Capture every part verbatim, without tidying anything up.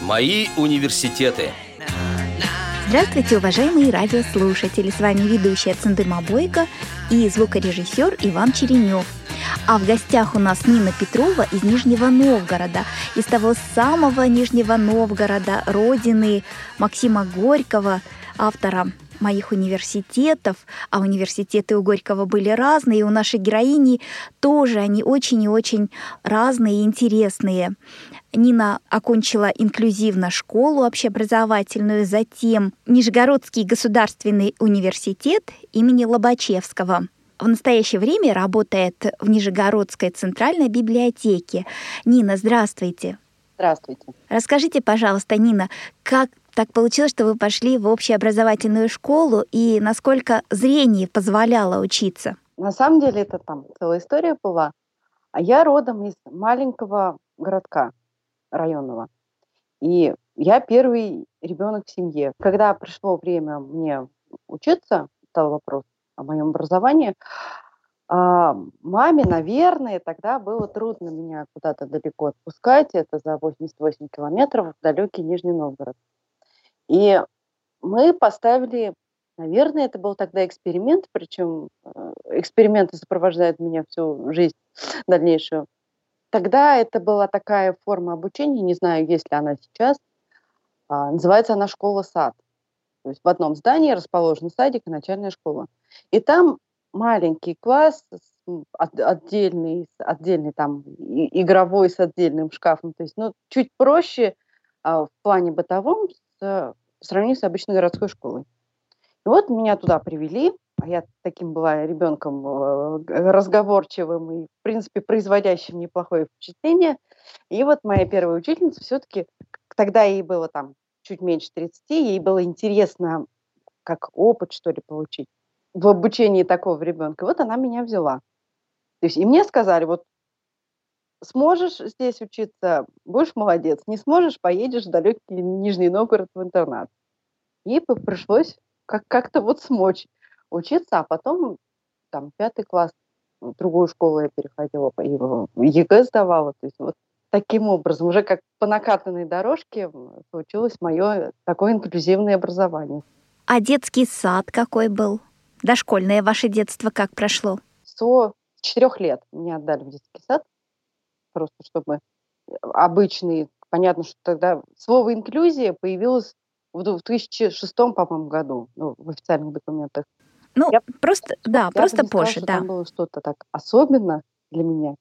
Мои университеты. Здравствуйте, уважаемые радиослушатели! С вами ведущая Цендыма Бойко и звукорежиссер Иван Черенев. А в гостях у нас Нина Петрова из Нижнего Новгорода, из того самого Нижнего Новгорода, родины Максима Горького, автора моих университетов. А университеты у Горького были разные, и у нашей героини тоже они очень и очень разные и интересные. Нина окончила инклюзивно школу общеобразовательную, затем Нижегородский государственный университет имени Лобачевского. В настоящее время работает в Нижегородской центральной библиотеке. Нина, здравствуйте. Здравствуйте. Расскажите, пожалуйста, Нина, как так получилось, что вы пошли в общеобразовательную школу и насколько зрение позволяло учиться? На самом деле это там целая история была. А я родом из маленького городка районного. И я первый ребенок в семье. Когда пришло время мне учиться, стал вопрос о моем образовании, а, маме, наверное, тогда было трудно меня куда-то далеко отпускать. Это за восемьдесят восемь километров в далекий Нижний Новгород. И мы поставили, наверное, это был тогда эксперимент, причем э, эксперименты сопровождают меня всю жизнь дальнейшую. Тогда это была такая форма обучения, не знаю, есть ли она сейчас, а, называется она школа-сад. То есть в одном здании расположен садик и начальная школа. И там маленький класс, с- от- отдельный, с- отдельный там и- игровой с отдельным шкафом. То есть, ну, чуть проще а, в плане бытовом с, по сравнению с обычной городской школой. И вот меня туда привели, а я таким была ребенком э, г- разговорчивым и, в принципе, производящим неплохое впечатление. И вот моя первая учительница все-таки, тогда ей было там чуть меньше тридцати, ей было интересно как опыт, что ли, получить в обучении такого ребенка. Вот она меня взяла. То есть и мне сказали, вот сможешь здесь учиться, будешь молодец, не сможешь, поедешь в далекий Нижний Новгород в интернат. И п- пришлось как- как-то вот смочь учиться, а потом там пятый класс, в другую школу я переходила, по- и в ЕГЭ сдавала. То есть вот таким образом, уже как по накатанной дорожке м, случилось мое такое инклюзивное образование. А детский сад какой был? Дошкольное ваше детство как прошло? Со четырех лет меня отдали в детский сад, просто чтобы э, обычный, понятно, что тогда слово инклюзия появилось в две тысячи шестом, по-моему, году, ну, в официальных документах. Ну, Я, просто, да, я бы просто не сказала, позже, что да. там было что-то так особенно для меня,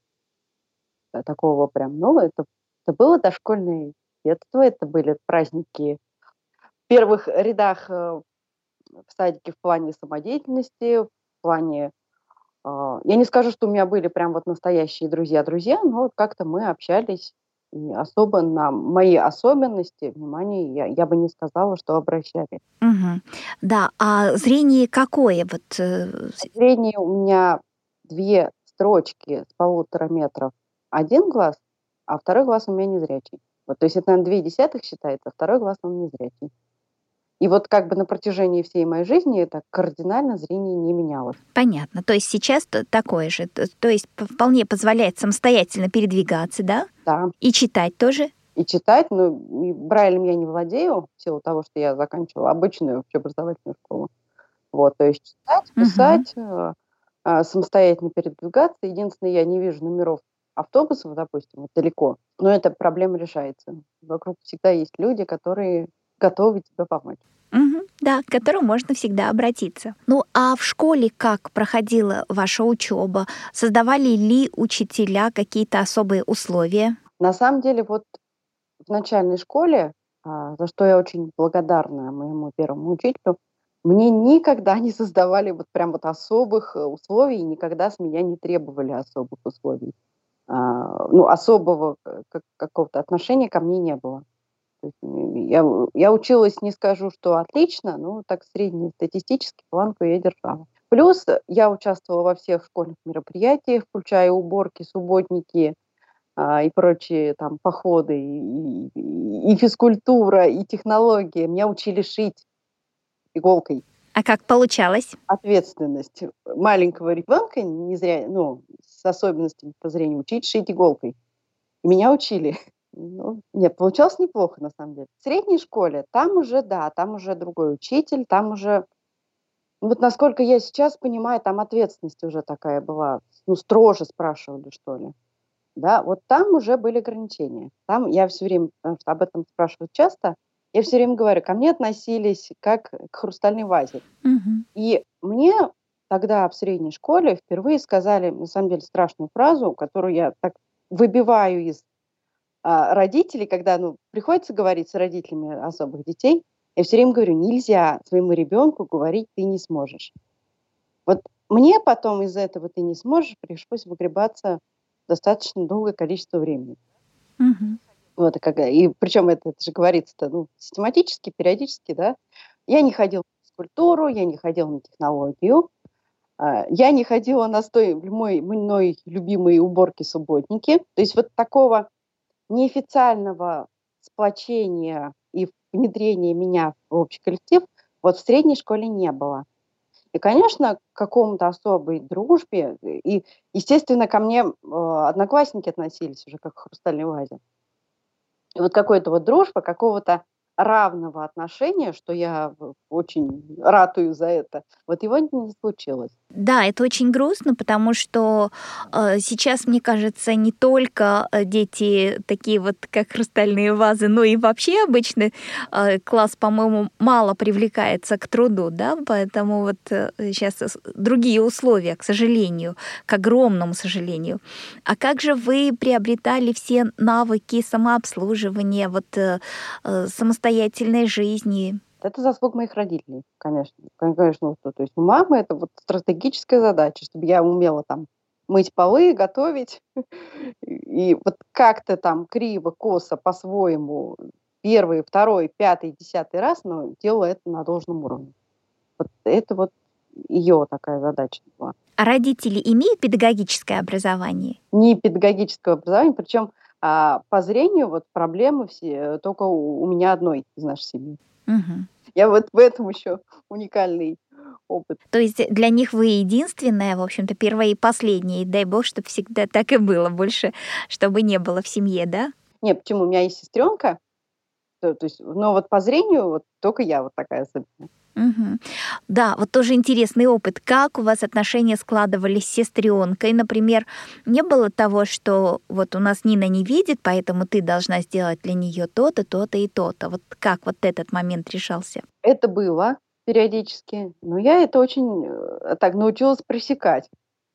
э, такого прям нового. Это, это было дошкольное детство, это были праздники в первых рядах э, в садике в плане самодеятельности, в плане. А, я не скажу, что у меня были прям вот настоящие друзья-друзья, но вот как-то мы общались, и особо на мои особенности внимания я, я бы не сказала, что обращали. Мгм. Да, а зрение какое? Вот, э, с- Средние у меня две строчки с полутора метров один глаз, а второй глаз у меня незрячий. Вот, то есть это, наверное, две десятых считается, а второй глаз он незрячий. И вот как бы на протяжении всей моей жизни это кардинально зрение не менялось. Понятно. То есть сейчас то- такое же. То, то есть п- вполне позволяет самостоятельно передвигаться, да? Да. И читать тоже? И читать, ну, и Брайлем я не владею, в силу того, что я заканчивала обычную общеобразовательную школу. Вот, то есть читать, Мгм. писать, э, а, самостоятельно передвигаться. Единственное, я не вижу номеров автобусов, допустим, вот далеко, но эта проблема решается. Вокруг всегда есть люди, которые готовы тебе помочь. Мгм. Да, к которому можно всегда обратиться. Ну, а в школе как проходила ваша учеба? Создавали ли учителя какие-то особые условия? На самом деле, вот в начальной школе, а, за что я очень благодарна моему первому учителю, мне никогда не создавали вот прям вот особых э, условий, никогда с меня не требовали особых условий. А, ну, особого э, как- какого-то отношения ко мне не было. То есть, м, я, у- я училась, не скажу, что отлично, но так среднестатистически планку я держала. Плюс э, я участвовала во всех школьных мероприятиях, включая уборки, субботники, а, и прочие там походы, и, и- и физкультура, и технологии. Меня учили шить иголкой. А как получалось? Ответственность маленького ребенка, не зря, ну, с особенностями по зрению, учить шить иголкой. И меня учили. Ну, нет, получалось неплохо, на самом деле. В средней школе там уже, да, там уже другой учитель, там уже, ну, вот насколько я сейчас понимаю, там ответственность уже такая была, ну, строже спрашивали, что ли. Да, вот там уже были ограничения. Там я все время, потому что об этом спрашивают часто, я все время говорю, ко мне относились как к хрустальной вазе. Мгм. И мне тогда в средней школе впервые сказали, на самом деле, страшную фразу, которую я так выбиваю из а, родителей, когда, ну, приходится говорить с родителями особых детей, я все время говорю, нельзя своему ребенку говорить «ты не сможешь». Вот мне потом из этого «ты не сможешь» пришлось выгребаться достаточно долгое количество времени. Мгм. Вот, и, когда, и причем это, это же говорится-то ну, систематически, периодически, да. Я не ходила на физкультуру, я не ходила на технологию, а, я не ходила на стой, мой, мной любимые уборки-субботники. То есть вот такого неофициального сплочения и внедрения меня в общий коллектив вот в средней школе не было. И, конечно, к какому-то особой дружбе, и, естественно, ко мне э, одноклассники относились уже как к хрустальной вазе. И вот какой-то вот дружба, какого-то равного отношения, что я в- очень ратую за это, вот его не случилось. Да, это очень грустно, потому что э, сейчас, мне кажется, не только э, дети такие вот, как хрустальные вазы, но и вообще обычный э, класс, по-моему, мало привлекается к труду, да, поэтому вот э, сейчас ос- другие условия, к сожалению, к огромному сожалению. А как же вы приобретали все навыки самообслуживания, вот э, э, самостоятельной жизни? Это заслуга моих родителей, конечно. Кон- Конечно, вот, то есть у мамы это вот стратегическая задача, чтобы я умела там мыть полы, готовить. И вот как-то там криво, косо, по-своему, первый, второй, пятый, десятый раз, но делала это на должном уровне. Вот это вот ее такая задача была. А родители имеют педагогическое образование? Не педагогического образования, причем а, по зрению вот проблемы все э, только у, у меня одной из нашей семьи. Мгм. Я вот в этом еще уникальный опыт. То есть для них вы единственная, в общем-то, первая и последняя. И дай бог, чтобы всегда так и было, больше чтобы не было в семье, да? Не, почему? У меня есть сестренка, то, то есть, но вот по зрению вот только я вот такая особенная. Мгм. Да, вот тоже интересный опыт. Как у вас отношения складывались с сестренкой? Например, не было того, что вот у нас Нина не видит, поэтому ты должна сделать для нее то-то, то-то и то-то. Вот как вот этот момент решался? Это было периодически, но я это очень э, так научилась пресекать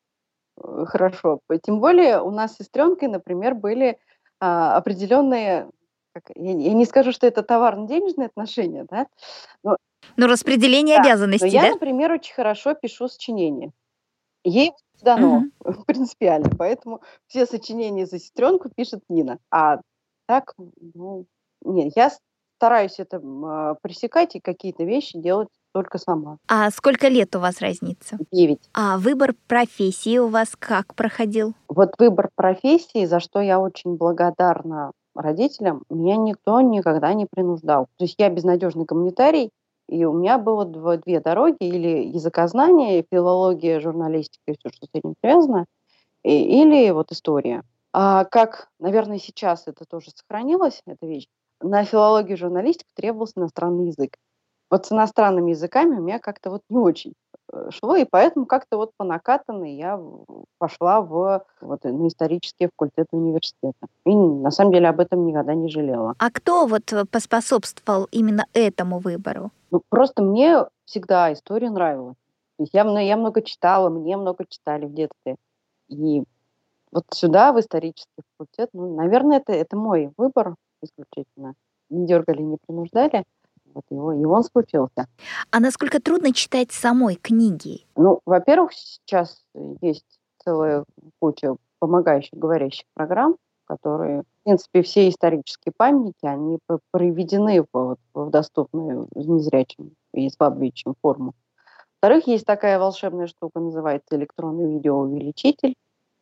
э, хорошо. П- Тем более у нас с сестренкой, например, были а, определенные, как- я, не я не скажу, что это товарно-денежные отношения, да, но, Ну, распределение да, но обязанностей, я, да? например, очень хорошо пишу сочинения. Ей дано Мгм. принципиально, поэтому все сочинения за сестренку пишет Нина. А так, ну, нет, я стараюсь это м, а, пресекать и какие-то вещи делать только сама. А сколько лет у вас разница? Девять. А выбор профессии у вас как проходил? Вот выбор профессии, за что я очень благодарна родителям, меня никто никогда не принуждал. То есть я безнадежный гуманитарий, и у меня было дво- две дороги, или языкознание, филология, журналистика и все, что с этим связано, и- или вот история. А как, наверное, сейчас это тоже сохранилось, эта вещь, на филологию и журналистику требовался иностранный язык. Вот с иностранными языками у меня как-то вот не очень э, шло, и поэтому как-то вот по накатанной я в- пошла в вот, на исторический факультет университета. И на самом деле об этом никогда не жалела. А кто вот э, поспособствовал именно этому выбору? Ну, просто мне всегда история нравилась. То есть я, мно- я много читала, мне много читали в детстве. И вот сюда, в исторический факультет, ну, наверное, это, это мой выбор исключительно. Не дергали, не принуждали. Вот его, и он случился. А насколько трудно читать самой книги? Ну, во-первых, сейчас есть целая куча помогающих говорящих программ, которые, в принципе, все исторические памятники, они п- проведены в, вот в доступную незрячим и слабовидящим форму. Во-вторых, есть такая волшебная штука, называется электронный видеоувеличитель,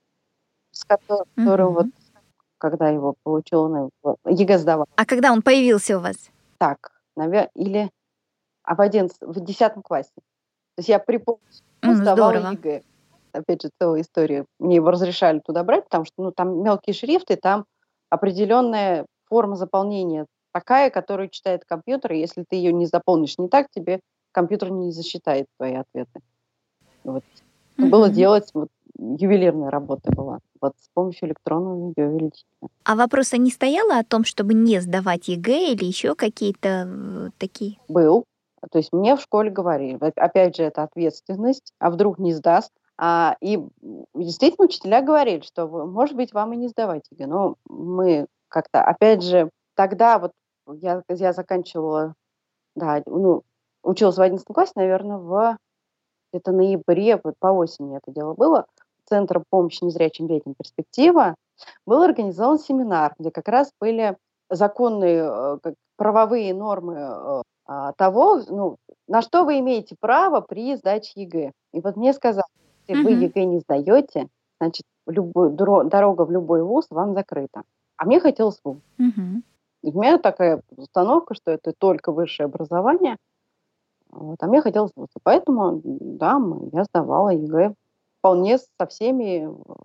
с которым, которым вот, Мгм. когда его получила, ну, в- ЕГЭ сдавала. А когда он появился у вас? Так, наверное, или а в одиннадцатом, в десятом классе. То есть я при помощи него М, сдавала здорово. ЕГЭ. Опять же, целая история. Мне его разрешали туда брать, потому что ну, там мелкие шрифты, там определенная форма заполнения такая, которую читает компьютер, и если ты ее не заполнишь не так, тебе компьютер не засчитает твои ответы. Вот. Было Мгм. делать, вот, ювелирная работа была, вот с помощью электронного видеоувеличителя. А вопроса не стояло о том, чтобы не сдавать ЕГЭ или еще какие-то э, такие? Был. То есть мне в школе говорили, вот опять же, это ответственность, а вдруг не сдаст. А, и м, действительно учителя говорили, что, вы- может быть, вам и не сдавать ЕГЭ. Но мы как-то, опять же, тогда вот я, я заканчивала, да, ну, училась в одиннадцатом классе, наверное, в где-то ноябре, вот по осени это дело было, Центр помощи незрячим детям «Перспектива», был организован семинар, где как раз были законные э, как правовые нормы э, а, того, ну, на что вы имеете право при сдаче ЕГЭ. И вот мне сказали, если вы Мгм. ЕГЭ не сдаете, значит, любой, дро- дорога в любой вуз вам закрыта. А мне хотелось в вуз. Мгм. И у меня такая установка, что это только высшее образование, вот, а мне хотелось в вуз. И поэтому, да, мы- я сдавала ЕГЭ вполне со всеми,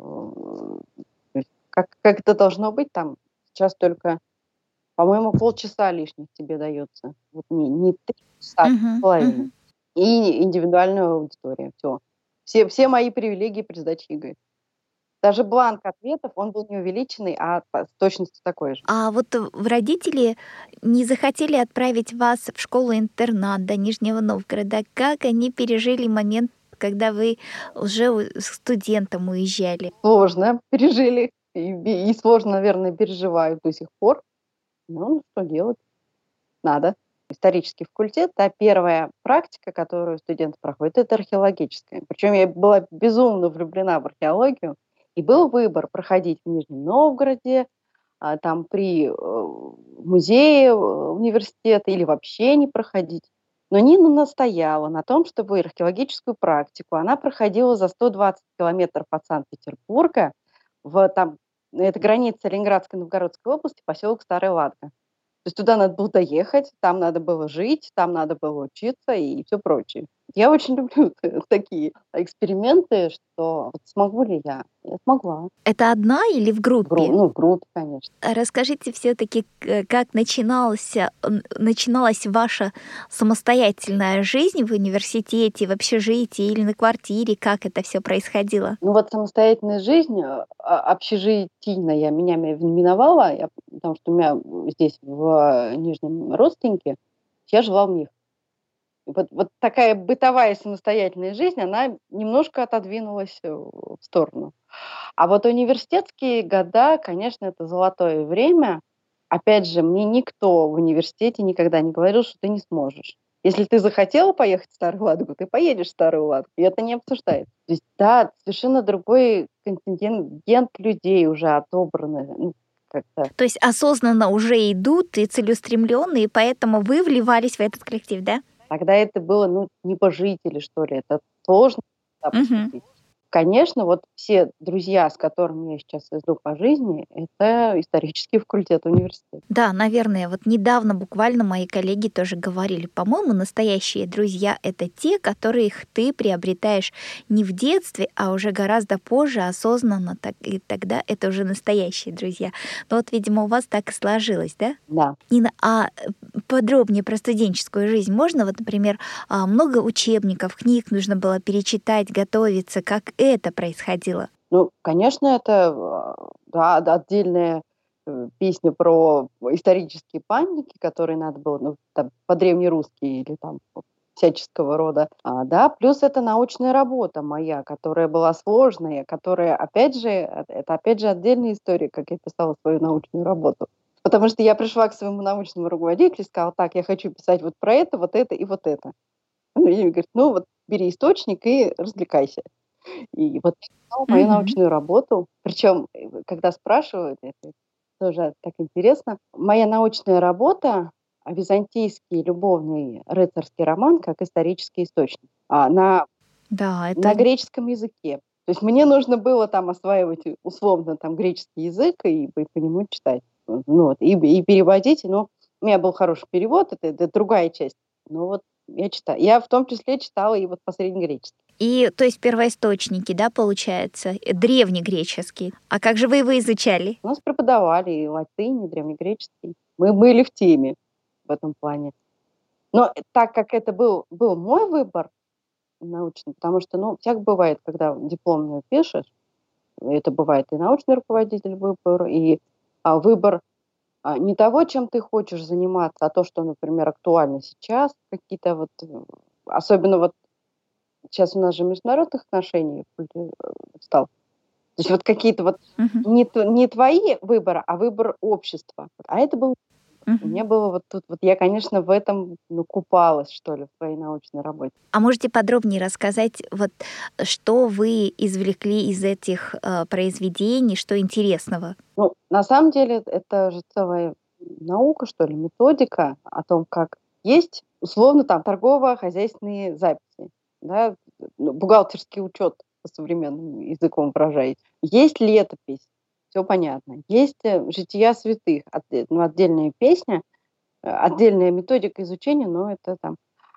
э, то есть как, как это должно быть там. Сейчас только, по-моему, полчаса лишних тебе дается. Вот не, не три часа, а три с Мгм. половиной. Мгм. И индивидуальная аудитория. Все. Все, все мои привилегии при сдаче ЕГЭ. Даже бланк ответов, он был не увеличенный, а по- с точностью такой же. А вот э, в родители не захотели отправить вас в школу-интернат до Нижнего Новгорода. Как они пережили момент, когда вы уже у- с студентом уезжали? Сложно пережили. И, и- и сложно, наверное, переживают до сих пор. Ну, что делать? Надо. Исторический факультет, а первая практика, которую студенты проходят, это археологическая. Причем я была безумно влюблена в археологию. И был выбор проходить в Нижнем Новгороде, а, там при э, музее э, университета или вообще не проходить. Но Нина настояла на том, чтобы археологическую практику она проходила за сто двадцать километров от Санкт-Петербурга, в там, это граница Ленинградской и Новгородской области, поселок Старая Ладога. То есть туда надо было доехать, там надо было жить, там надо было учиться и все прочее. Я очень люблю такие эксперименты, что вот смогу ли я? Я смогла. Это одна или в В гру- группе? ну, в группе, конечно. А расскажите все-таки, как начиналась, н- начиналась ваша самостоятельная жизнь в университете, в общежитии или на квартире, как это все происходило? Ну вот самостоятельная жизнь, э, а, общежитийная меня ми- миновала, я, потому что у меня здесь в Нижнем родственники, я жила у них. Вот вот такая бытовая самостоятельная жизнь, она немножко отодвинулась, э, в сторону. А вот университетские года, конечно, это золотое время. Опять же, мне никто в университете никогда не говорил, что ты не сможешь. Если ты захотела поехать в Старую Ладогу, ты поедешь в Старую Ладогу, и это не обсуждается. То есть, да, совершенно другой контингент людей уже отобраны, ну, как-то. То есть осознанно уже идут и целеустремленные, поэтому вы вливались в этот коллектив, да? Тогда это было, ну, небожители, что ли, это сложно туда Мгм. поступить. Конечно, вот все друзья, с которыми я сейчас иду по жизни, это исторический факультет университета. Да, наверное, вот недавно буквально мои коллеги тоже говорили, по-моему, настоящие друзья — это те, которых ты приобретаешь не в детстве, а уже гораздо позже, осознанно, так, и тогда это уже настоящие друзья. Но вот, видимо, у вас так и сложилось, да? Да. Нина, а э, подробнее про студенческую жизнь можно? Вот, например, а, много учебников, книг нужно было перечитать, готовиться. Как это происходило? Ну, конечно, это, а, да, да, отдельная, э, песня про исторические памятники, которые надо было, ну, там, по-древнерусски или там всяческого рода. А, да, плюс это научная работа моя, которая была сложная, которая, опять же, э, это опять же отдельная история, как я писала свою научную работу. Потому что я пришла к своему научному руководителю и сказала: так, я хочу писать вот про это, вот это и вот это. Он мне говорит: ну вот бери источник и развлекайся. И вот я писала мою Мгм. научную работу. Причем, э, когда спрашивают, это тоже так интересно. Моя научная работа, а, "Византийский любовный рыцарский роман как исторический источник", а, на Да, на это греческом языке. То есть мне нужно было там осваивать, э, условно, там греческий язык и по по нему читать. Э, ну вот, и и переводить. Но у меня был хороший перевод, это это другая часть. Но вот я читаю. Я в том числе читала и вот по среднегречески. И, то есть, первоисточники, да, получается, э, древнегреческий. А как же вы его изучали? У нас преподавали и латынь, и древнегреческий. Мы были в теме в этом плане. Но так как это был, был мой выбор научный, потому что, ну, всяк бывает, когда дипломную пишешь, это бывает и научный руководитель выбор, и а, выбор а, не того, чем ты хочешь заниматься, а то, что, например, актуально сейчас, какие-то вот, э, особенно вот сейчас у нас же международных отношений э, стал. То есть вот какие-то вот Мгм. не, т- не твои выборы, а выбор общества. А это был мне Мгм. было вот тут вот я, конечно, в этом, ну, купалась, что ли, в своей научной работе. А можете подробнее рассказать, вот что вы извлекли из этих э, произведений, что интересного? Ну, на самом деле, это же целая наука, что ли, методика о том, как есть, условно, там торгово-хозяйственные записи, да, ну, бухгалтерский учет по современным языком выражаясь. Есть летопись, все понятно. Есть э, жития святых, отде- ну, отдельная песня, э, отдельная методика изучения, но это там.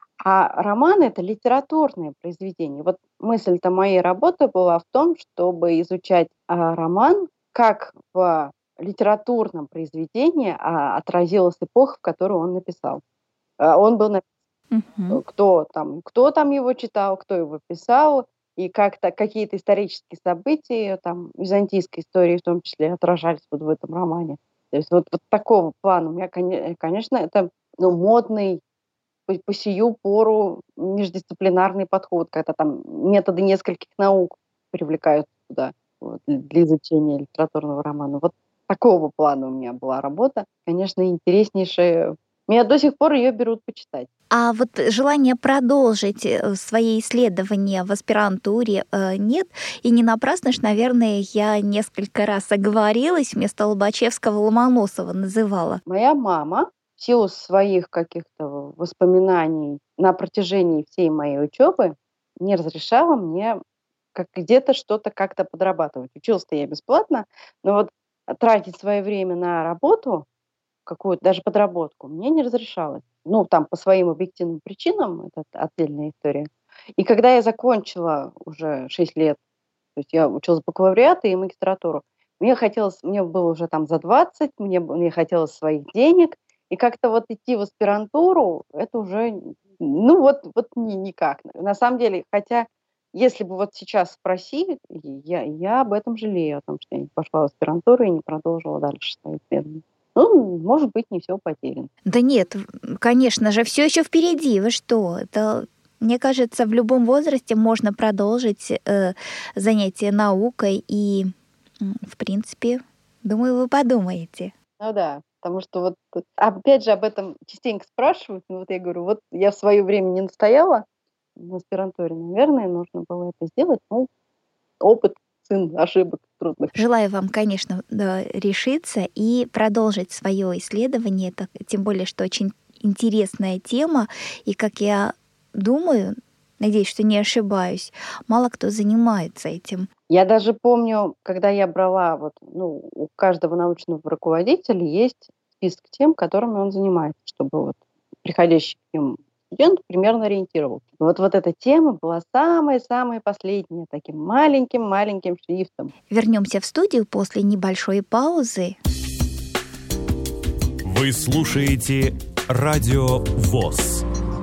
А роман — это литературное произведение. Вот мысль-то моей работы была в том, чтобы изучать а, роман, как в литературном произведении а, отразилась эпоха, в которую он написал. А, Он был Мгм. кто там, кто там его читал, кто его писал, и как-то какие-то исторические события, там, византийской истории в том числе, отражались вот в этом романе. То есть вот, вот такого плана. У меня, коне- конечно, это ну, модный по, по сию пору междисциплинарный подход, когда там методы нескольких наук привлекают туда вот, для для изучения литературного романа. Вот такого плана у меня была работа. Конечно, интереснейшая. Меня до сих пор ее берут почитать. А вот желание продолжить э, свои исследования в аспирантуре э, нет? И не напрасно ж, наверное, я несколько раз оговорилась, вместо Лобачевского Ломоносова называла. Моя мама в силу своих каких-то воспоминаний на протяжении всей моей учебы не разрешала мне как где-то что-то как-то подрабатывать. Училась-то я бесплатно, но вот тратить свое время на работу, какую-то даже подработку, мне не разрешалось. Ну, там по своим объективным причинам, это отдельная история. И когда я закончила уже шесть лет, то есть я училась бакалавриата и магистратуру, мне хотелось, мне было уже там за двадцать, мне, б- мне хотелось своих денег, и как-то вот идти в аспирантуру, это уже, ну вот, вот ни- никак. На самом деле, хотя, если бы вот сейчас спросили, я, я об этом жалею, о том, что я не пошла в аспирантуру и не продолжила дальше свои исследования. Ну, может быть, не все потеряно. Да нет, в- конечно же, все еще впереди. Вы что? Это, мне кажется, в любом возрасте можно продолжить э, занятие наукой и, м, в принципе, думаю, вы подумаете. Ну да, потому что вот, тут, опять же, об этом частенько спрашивают. Ну вот я говорю, вот я в свое время не настояла в аспирантуре, наверное, нужно было это сделать. Ну, опыт, сын ошибок трудных. Желаю вам, конечно, да, решиться и продолжить свое исследование, так, тем более, что очень интересная тема, и, как я думаю, надеюсь, что не ошибаюсь, мало кто занимается этим. Я даже помню, когда я брала, вот, ну, у каждого научного руководителя есть список тем, которыми он занимается, чтобы вот приходящий к ним студент примерно ориентировался. Вот, вот эта тема была самая-самая последняя, таким маленьким-маленьким шрифтом. Вернемся в студию после небольшой паузы. Вы слушаете Радио ВОС.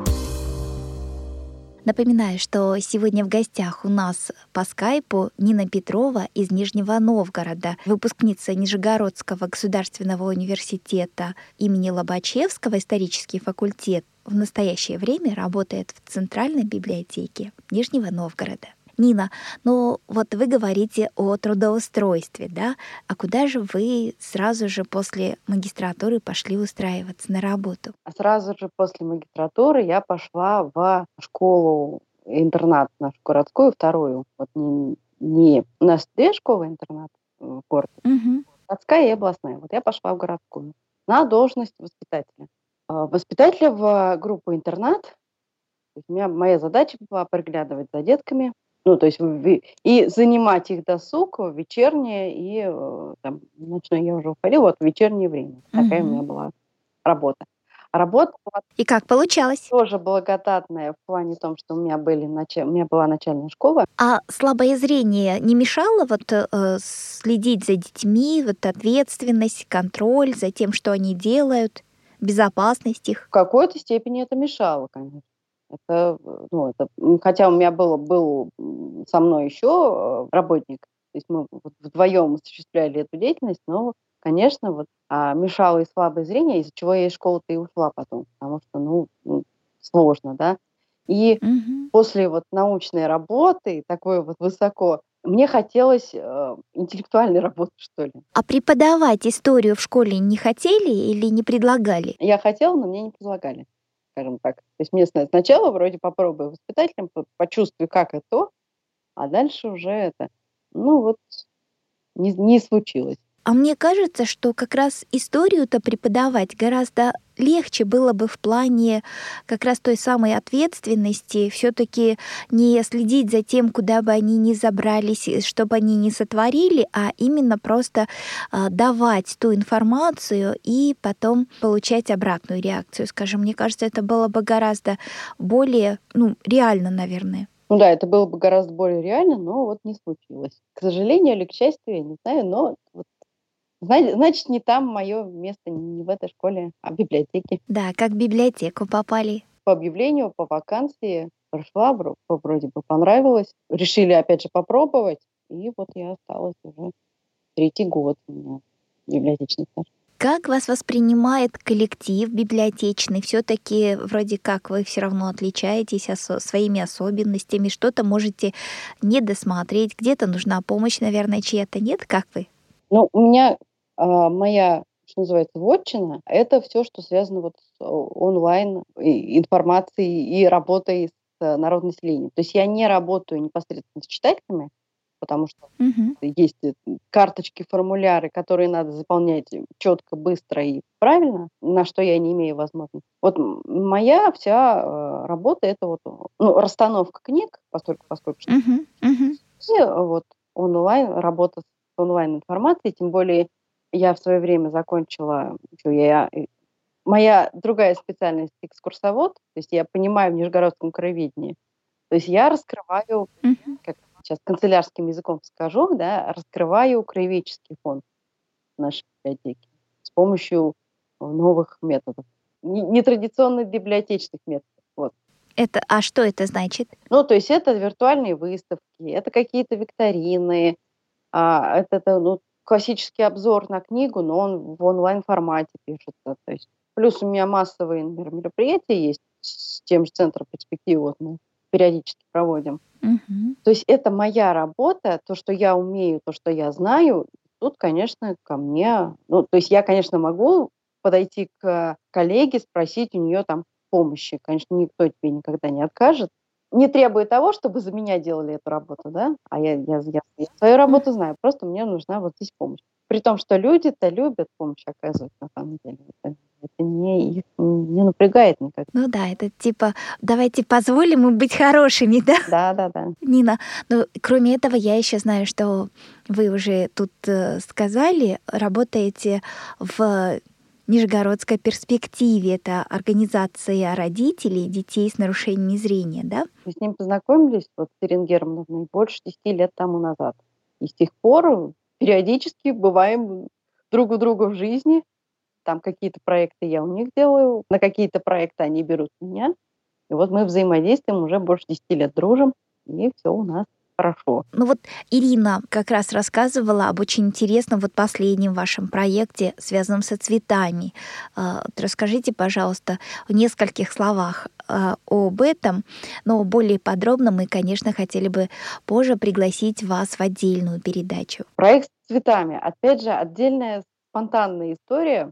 Напоминаю, что сегодня в гостях у нас по скайпу Нина Петрова из Нижнего Новгорода, выпускница Нижегородского государственного университета имени Лобачевского, исторический факультет. В настоящее время работает в Центральной библиотеке Нижнего Новгорода. Нина, ну вот вы говорите о трудоустройстве, да? А куда же вы сразу же после магистратуры пошли устраиваться на работу? А сразу же после магистратуры я пошла в школу-интернат нашу городскую, вторую. Вот не, не у нас две школы-интернат в городе, Мгм. городская и областная. Вот я пошла в городскую на должность воспитателя. А, Воспитателя в группу интернат. То есть у меня моя задача была приглядывать за детками, ну, то есть в- ви- и занимать их досуг в вечернее и э, там, ночное я уже уходила, вот в вечернее время. Такая у меня Мгм. была работа. Работа была И как получалось? тоже благодатная в плане том, что у меня были нача- у меня была начальная школа. А слабое зрение не мешало вот э, следить за детьми, вот ответственность, контроль за тем, что они делают, безопасность их? В какой-то степени это мешало, конечно. Это, э, ну, это, м, хотя у меня было, был м, со мной еще э, работник, то есть мы вот вдвоем осуществляли эту деятельность, но, конечно, вот а, мешало и слабое зрение, из-за чего я из школы-то и ушла потом, потому что, ну, м, сложно, да. И Мгм. после вот научной работы, такой вот высоко, мне хотелось э, интеллектуальной работы, что ли. А преподавать историю в школе не хотели или не предлагали? Я хотела, но мне не предлагали, скажем так. То есть мне сна- сначала вроде попробуй воспитателем, по- почувствуй, как это, а дальше уже это. Ну вот не, не случилось. А мне кажется, что как раз историю-то преподавать гораздо легче было бы в плане как раз той самой ответственности, все-таки не следить за тем, куда бы они ни забрались, и чтобы они не сотворили, а именно просто а, давать ту информацию и потом получать обратную реакцию. Скажем, мне кажется, это было бы гораздо более, ну, реально, наверное. Ну да, это было бы гораздо более реально, но вот не случилось. К сожалению или к счастью, я не знаю, но вот, зна- значит, не там мое место, не в этой школе, а в библиотеке. Да, как в библиотеку попали. По объявлению, по вакансии прошла, вро- по- вроде бы понравилось. Решили опять же попробовать, и вот я осталась уже третий год у меня библиотечный стаж. Как вас воспринимает коллектив библиотечный? Все-таки вроде как вы все равно отличаетесь осо- своими особенностями, что-то можете не досмотреть, где-то нужна помощь, наверное, чья-то. Нет, как вы? Ну, у меня а, моя, что называется, вотчина, это все, что связано вот с о- онлайн и- информацией и работой с э, народонаселением. То есть я не работаю непосредственно с читателями, потому что Мгм. есть э, карточки, формуляры, которые надо заполнять четко, быстро и правильно, на что я не имею возможности. Вот м, моя вся э, работа это вот ну, расстановка книг, поскольку, поскольку что Мгм. Мгм. и э, вот онлайн, работа с онлайн-информацией, тем более я в свое время закончила, ещё я, э, моя другая специальность экскурсовод, то есть я понимаю в нижегородском краеведении. То есть я раскрываю, Мгм. как сейчас канцелярским языком скажу, да, раскрываю краеведческий фонд нашей библиотеки с помощью э, новых методов, не- нетрадиционных библиотечных методов. Вот. Это, а что это значит? Ну, то есть это виртуальные выставки, это какие-то викторины, а, это, это, ну, классический обзор на книгу, но он в онлайн-формате пишется. То есть. Плюс у меня массовые, например, мероприятия есть с тем же Центром перспективы, вот мы периодически проводим. Мгм. То есть это моя работа, то, что я умею, то, что я знаю. Тут, конечно, ко мне... Ну, то есть я, конечно, могу подойти к коллеге, спросить у нее там помощи. Конечно, никто тебе никогда не откажет. Не требуя того, чтобы за меня делали эту работу, да, а я, я, я, я свою М. работу знаю, просто мне нужна вот здесь помощь. При том, что люди-то любят помощь оказывать на самом деле. Это, это не, их не напрягает никогда. Ну да, это типа давайте позволим им быть хорошими, да? Да, да, да. Нина, ну, кроме этого, я еще знаю, что вы уже тут э, сказали, работаете в Нижегородской перспективе. Это организация родителей детей с нарушениями зрения, да? Мы с ним познакомились, вот с Ириной Германовной, больше десяти лет тому назад. И с тех пор периодически бываем друг у друга в жизни. Там какие-то проекты я у них делаю, на какие-то проекты они берут меня. И вот мы взаимодействуем, уже больше десяти лет дружим, и все у нас хорошо. Ну вот Ирина как раз рассказывала об очень интересном вот последнем вашем проекте, связанном со цветами. А, вот расскажите, пожалуйста, в нескольких словах а, об этом, но более подробно мы, конечно, хотели бы позже пригласить вас в отдельную передачу. Проект с цветами. Опять же, отдельная спонтанная история.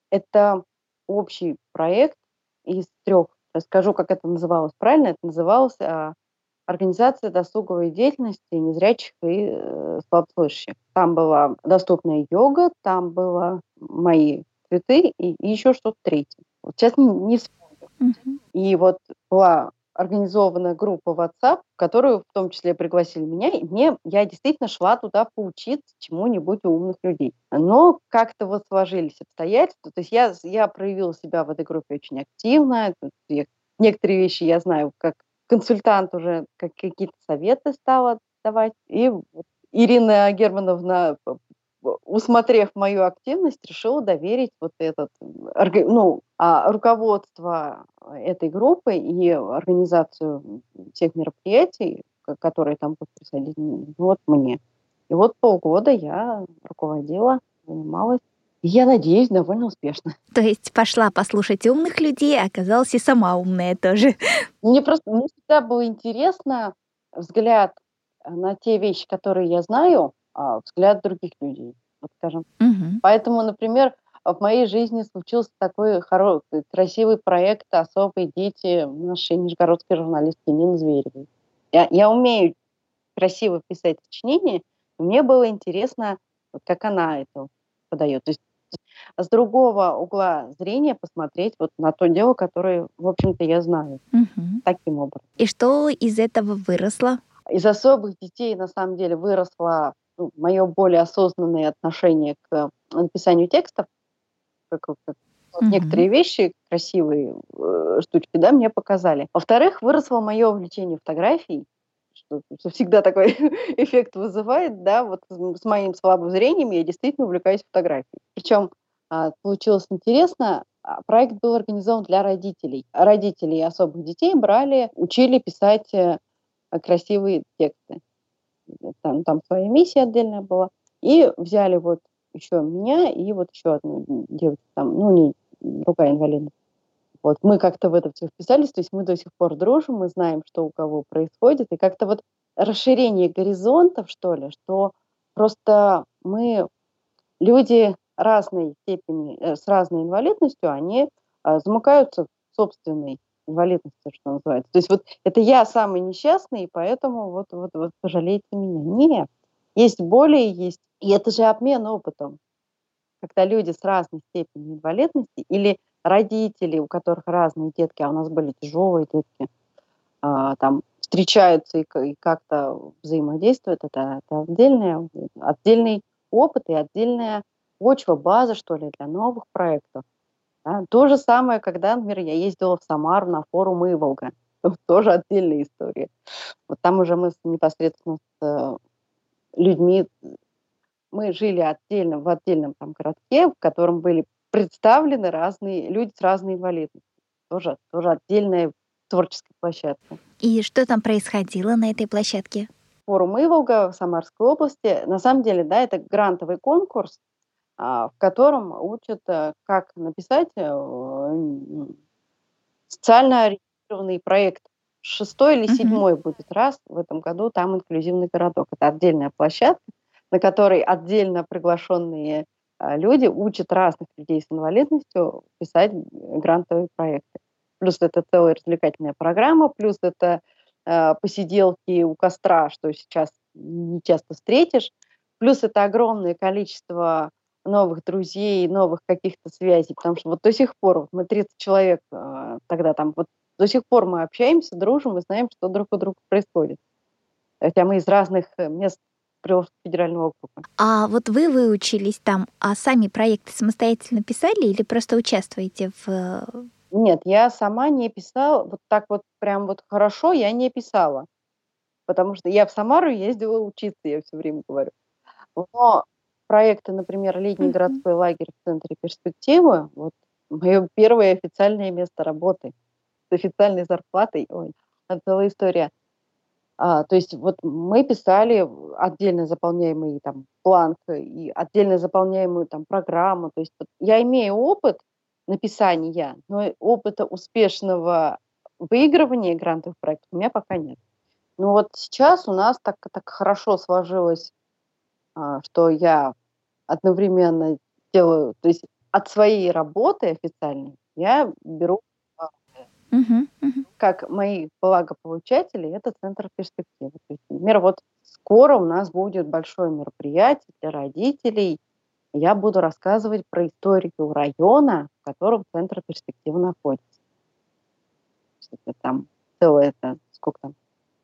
Это общий проект из трех. Расскажу, как это называлось правильно. Это называлось а, организация досуговой деятельности незрячих и э, слабослышащих. Там была доступная йога, там было мои цветы и, и еще что-то третье. Вот сейчас не, не вспомню. Мгм. И вот была организована группа WhatsApp, в которую в том числе пригласили меня, и мне, я действительно шла туда поучиться чему-нибудь у умных людей. Но как-то вот сложились обстоятельства, то есть я, я проявила себя в этой группе очень активно, я, некоторые вещи я знаю, как консультант уже как какие-то советы стала давать, и вот Ирина Германовна, усмотрев мою активность, решила доверить вот этот, ну, руководство этой группы и организацию всех мероприятий, которые там будут происходить, вот мне. И вот полгода я руководила, занималась. И я надеюсь, довольно успешно. То есть пошла послушать умных людей, а оказалась и сама умная тоже. Мне просто мне всегда было интересно взгляд на те вещи, которые я знаю, а взгляд других людей, вот скажем. Угу. Поэтому, например, в моей жизни случился такой хороший, красивый проект «Особые дети» нашей нижегородской журналистки Нины Зверевой. Я, я умею красиво писать сочинения, и мне было интересно, вот как она это подает. То есть с другого угла зрения посмотреть вот на то дело, которое, в общем-то, я знаю. Угу. Таким образом. И что из этого выросло? Из особых детей, на самом деле, выросло ну, мое более осознанное отношение к написанию текстов. Как, как, вот Мгм. некоторые вещи, красивые э, штучки, да, мне показали. Во-вторых, выросло мое увлечение фотографией, что, что всегда такой эффект вызывает, да, вот с, с моим слабым зрением я действительно увлекаюсь фотографией. Причем а, получилось интересно, а, проект был организован для родителей. Родители особых детей брали, учили писать э, красивые тексты. Там, там своя миссия отдельная была. И взяли вот еще меня и вот еще одну девочку, там, ну, не другая инвалидность. Вот мы как-то в это все вписались, то есть мы до сих пор дружим, мы знаем, что у кого происходит, и как-то вот расширение горизонтов, что ли, что просто мы, люди разной степени, э, с разной инвалидностью, они э, замыкаются в собственной инвалидности, что называется. То есть вот это я самый несчастный, и поэтому вот, вот, вот пожалейте меня. Нет, есть боли, есть... И это же обмен опытом. Когда люди с разной степенью инвалидности или родители, у которых разные детки, а у нас были тяжелые детки, а, там встречаются и, и как-то взаимодействуют, это, это отдельная, отдельный опыт и отдельная почва, база, что ли, для новых проектов. Да. То же самое, когда, например, я ездила в Самару на форум Иволга. Тоже отдельная история. Вот там уже мы непосредственно с э, людьми, мы жили отдельно, в отдельном там городке, в котором были представлены разные люди с разной инвалидностью. Тоже, тоже отдельная творческая площадка. И что там происходило на этой площадке? Форум Иволга в Самарской области. На самом деле, да, это грантовый конкурс, в котором учат, как написать социально ориентированный проект. Шестой или седьмой uh-huh. будет раз в этом году там инклюзивный городок. Это отдельная площадка, на которой отдельно приглашенные люди учат разных людей с инвалидностью писать грантовые проекты. Плюс это целая развлекательная программа, плюс это э, посиделки у костра, что сейчас не часто встретишь, плюс это огромное количество новых друзей, новых каких-то связей, потому что вот до сих пор, вот мы тридцать человек э, тогда там, вот до сих пор мы общаемся, дружим и знаем, что друг у друга происходит. Хотя мы из разных мест Приволжского федерального округа. А вот вы выучились там, а сами проекты самостоятельно писали или просто участвуете в... Нет, я сама не писала, вот так вот прям вот хорошо я не писала, потому что я в Самару ездила учиться, я все время говорю. Но проекты, например, летний mm-hmm. городской лагерь в центре перспективы, вот мое первое официальное место работы с официальной зарплатой, ой, это целая история. А, то есть вот мы писали отдельно заполняемый там бланк и отдельно заполняемую там программу. То есть вот, я имею опыт написания, но опыта успешного выигрывания грантовых проектов у меня пока нет. Но вот сейчас у нас так, так хорошо сложилось, а, что я одновременно делаю, то есть от своей работы официальной я беру Uh-huh, uh-huh. как мои благополучатели, это центр перспективы. То есть, например, вот скоро у нас будет большое мероприятие для родителей. Я буду рассказывать про историю района, в котором центр перспективы находится. Это там целое, это, сколько там,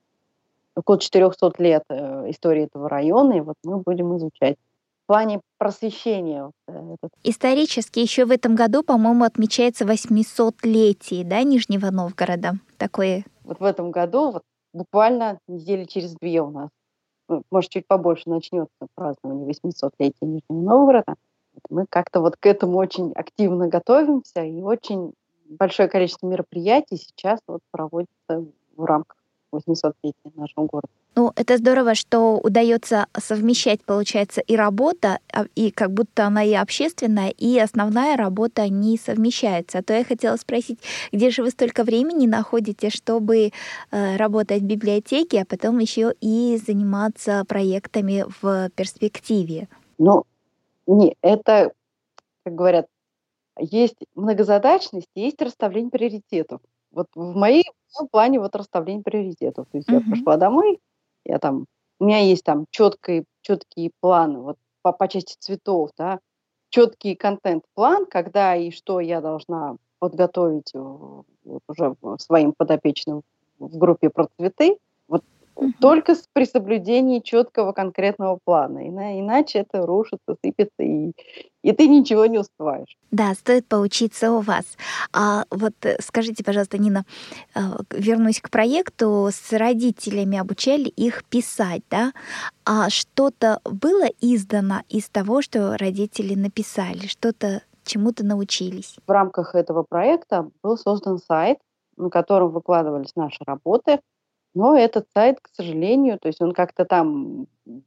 около четыреста лет э, истории этого района, и вот мы будем изучать. В плане просвещения. Вот, э, этот. Исторически еще в этом году, по-моему, отмечается восьмисотлетие, да, Нижнего Новгорода. Такое. Вот в этом году, вот буквально недели через две у нас, ну, может, чуть побольше начнется празднование восьмисотлетия Нижнего Новгорода. Вот мы как-то вот к этому очень активно готовимся, и очень большое количество мероприятий сейчас вот проводится в рамках восьмисотлетия нашего города. Ну, это здорово, что удается совмещать, получается, и работа, и как будто она и общественная, и основная работа не совмещается. А то я хотела спросить, где же вы столько времени находите, чтобы э, работать в библиотеке, а потом еще и заниматься проектами в перспективе? Ну, не, это, как говорят, есть многозадачность, есть расставление приоритетов. Вот в моей в моем плане вот расставление приоритетов. То есть я Мгм. пришла домой, я там, у меня есть там четкий, четкий план вот по, по части цветов, да, четкий контент-план, когда и что я должна подготовить э, вот уже в- своим подопечным в группе про цветы. Вот Мгм. только с- при соблюдении четкого конкретного плана. Ина- Иначе это рушится, сыпется, и, и ты ничего не успеваешь. Да, стоит поучиться у вас. А вот э, скажите, пожалуйста, Нина, э, к- вернусь к проекту, с родителями обучали их писать, да? А что-то было издано из того, что родители написали? Что-то чему-то научились? В рамках этого проекта был создан сайт, на котором выкладывались наши работы. Но этот сайт, к сожалению, то есть он как-то там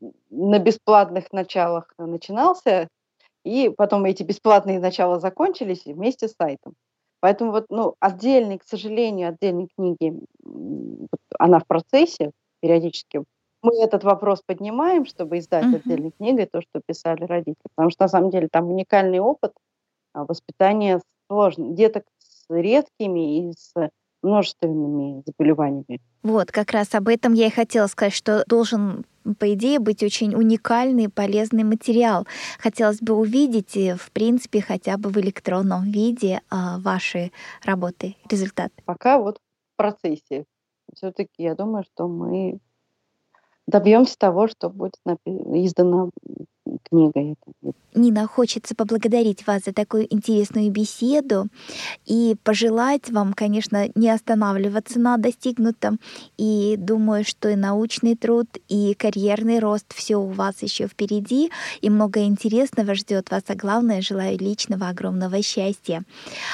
на бесплатных началах начинался, и потом эти бесплатные начала закончились вместе с сайтом. Поэтому вот, ну, отдельной, к сожалению, отдельной книги, м, вот она в процессе периодически. Мы этот вопрос поднимаем, чтобы издать Мгм. отдельной книгой то, что писали родители. Потому что на самом деле там уникальный опыт а, воспитания сложно, деток с редкими и с множественными заболеваниями. Вот, как раз об этом я и хотела сказать, что должен, по идее, быть очень уникальный, полезный материал. Хотелось бы увидеть, э, в принципе, хотя бы в электронном виде а, ваши работы, результаты. Пока вот в процессе. Все-таки я думаю, что мы добьемся того, что будет напи- издана м, книга эта. Нина, хочется поблагодарить вас за такую интересную беседу и пожелать вам, конечно, не останавливаться на достигнутом. И думаю, что и научный труд, и карьерный рост все у вас еще впереди, и много интересного ждет вас. А главное, желаю личного огромного счастья.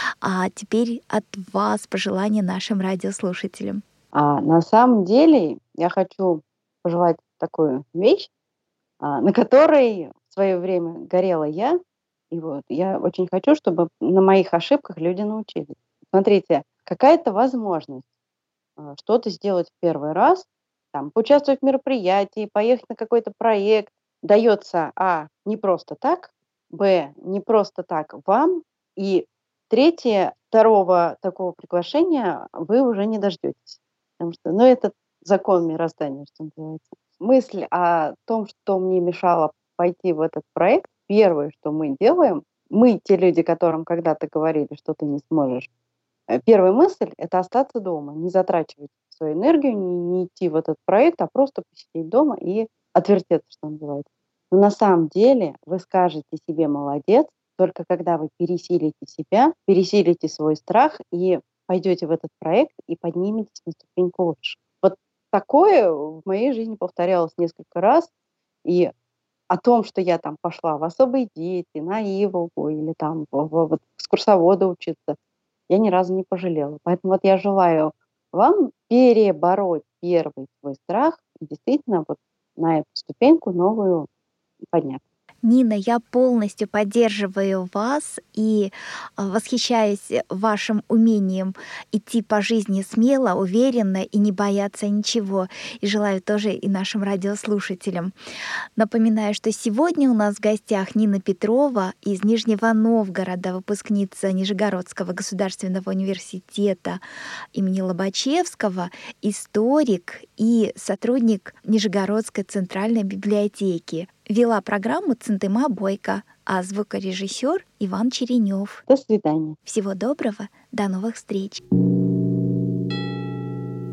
А теперь от вас пожелания нашим радиослушателям. А на самом деле я хочу пожелать такую вещь, а, на которой в свое время горела я. И вот я очень хочу, чтобы на моих ошибках люди научились. Смотрите, какая-то возможность а, что-то сделать в первый раз, там, поучаствовать в мероприятии, поехать на какой-то проект, дается, а, не просто так, б, не просто так вам, и третье, второго такого приглашения вы уже не дождетесь. Потому что, ну, это закон мироздания, что называется. Мысль о том, что мне мешало пойти в этот проект, первое, что мы делаем, мы, те люди, которым когда-то говорили, что ты не сможешь, Э, первая мысль — это остаться дома, не затрачивать свою энергию, не, не идти в этот проект, а просто посидеть дома и отвертеться, что называется. Но на самом деле вы скажете себе «молодец», только когда вы пересилите себя, пересилите свой страх и пойдете в этот проект и подниметесь на ступеньку выше. Вот такое в моей жизни повторялось несколько раз. И о том, что я там пошла в особые дети, на Иволгу или там в, в, в экскурсовода учиться, я ни разу не пожалела. Поэтому вот я желаю вам перебороть первый свой страх и действительно вот на эту ступеньку новую подняться. Нина, я полностью поддерживаю вас и а, восхищаюсь вашим умением идти по жизни смело, уверенно и не бояться ничего. И желаю тоже и нашим радиослушателям. Напоминаю, что сегодня у нас в гостях Нина Петрова из Нижнего Новгорода, выпускница Нижегородского государственного университета имени Лобачевского, историк и сотрудник Нижегородской центральной библиотеки. Вела программу Центыма Бойко, а звукорежиссер Иван Черенев. До свидания. Всего доброго, до новых встреч.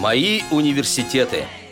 Мои университеты.